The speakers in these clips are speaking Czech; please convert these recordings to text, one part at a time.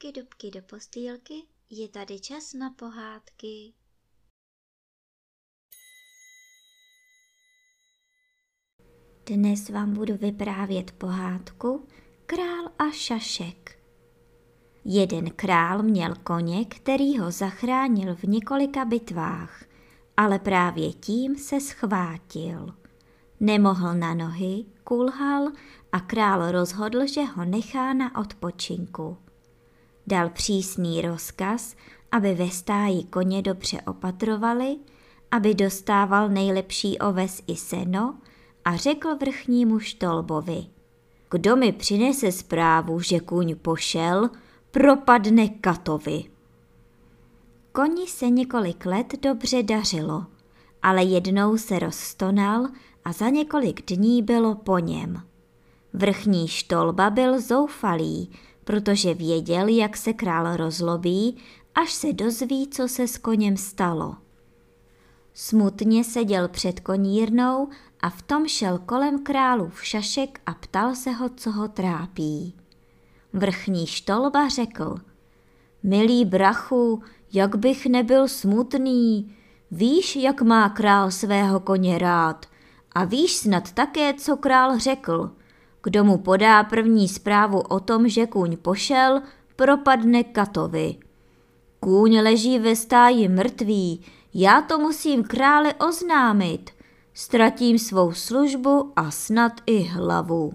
dubky do postýlky, je tady čas na pohádky. Dnes vám budu vyprávět pohádku Král a šašek. Jeden král měl koně, který ho zachránil v několika bitvách, ale právě tím se schvátil. Nemohl na nohy, kulhal a král rozhodl, že ho nechá na odpočinku. Dal přísný rozkaz, aby ve stáji koně dobře opatrovali, aby dostával nejlepší oves i seno a řekl vrchnímu štolbovi: Kdo mi přinese zprávu, že kůň pošel, propadne katovi. Koni se několik let dobře dařilo, ale jednou se rozstonal a za několik dní bylo po něm. Vrchní štolba byl zoufalý, protože věděl, jak se král rozlobí, až se dozví, co se s koněm stalo. Smutně seděl před konírnou a v tom šel kolem králův šašek a ptal se ho, co ho trápí. Vrchní štolba řekl: Milý brachu, jak bych nebyl smutný, víš, jak má král svého koně rád a víš snad také, co král řekl. Kdo mu podá první zprávu o tom, že kůň pošel, propadne katovi. Kůň leží ve stáji mrtvý, já to musím králi oznámit. Ztratím svou službu a snad i hlavu.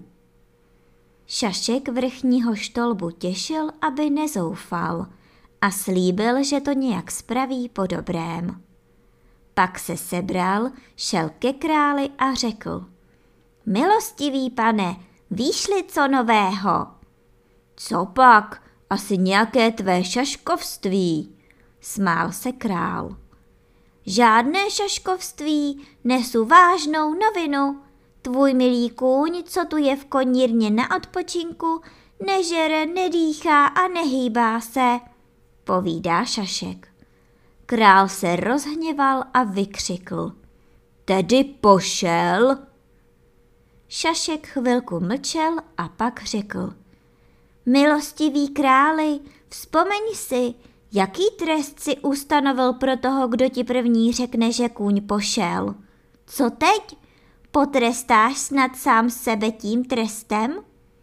Šašek vrchního štolbu těšil, aby nezoufal, a slíbil, že to nějak spraví po dobrém. Pak se sebral, šel ke králi a řekl: Milostivý pane, víš-li co nového? Co pak, asi nějaké tvé šaškovství, smál se král. Žádné šaškovství, nesu vážnou novinu. Tvůj milý kůň, co tu je v konírně na odpočinku, nežere, nedýchá a nehýbá se, povídá šašek. Král se rozhněval a vykřikl: Tedy pošel? Šašek chvilku mlčel a pak řekl: Milostivý králi, vzpomeň si, jaký trest si ustanovil pro toho, kdo ti první řekne, že kůň pošel. Co teď? Potrestáš snad sám sebe tím trestem?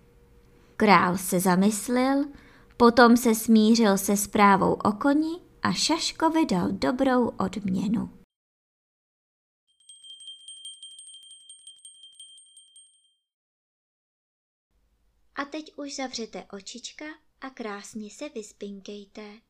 Král se zamyslel, potom se smířil se zprávou o koni a šaškovi dal dobrou odměnu. A teď už zavřete očička a krásně se vyspinkejte.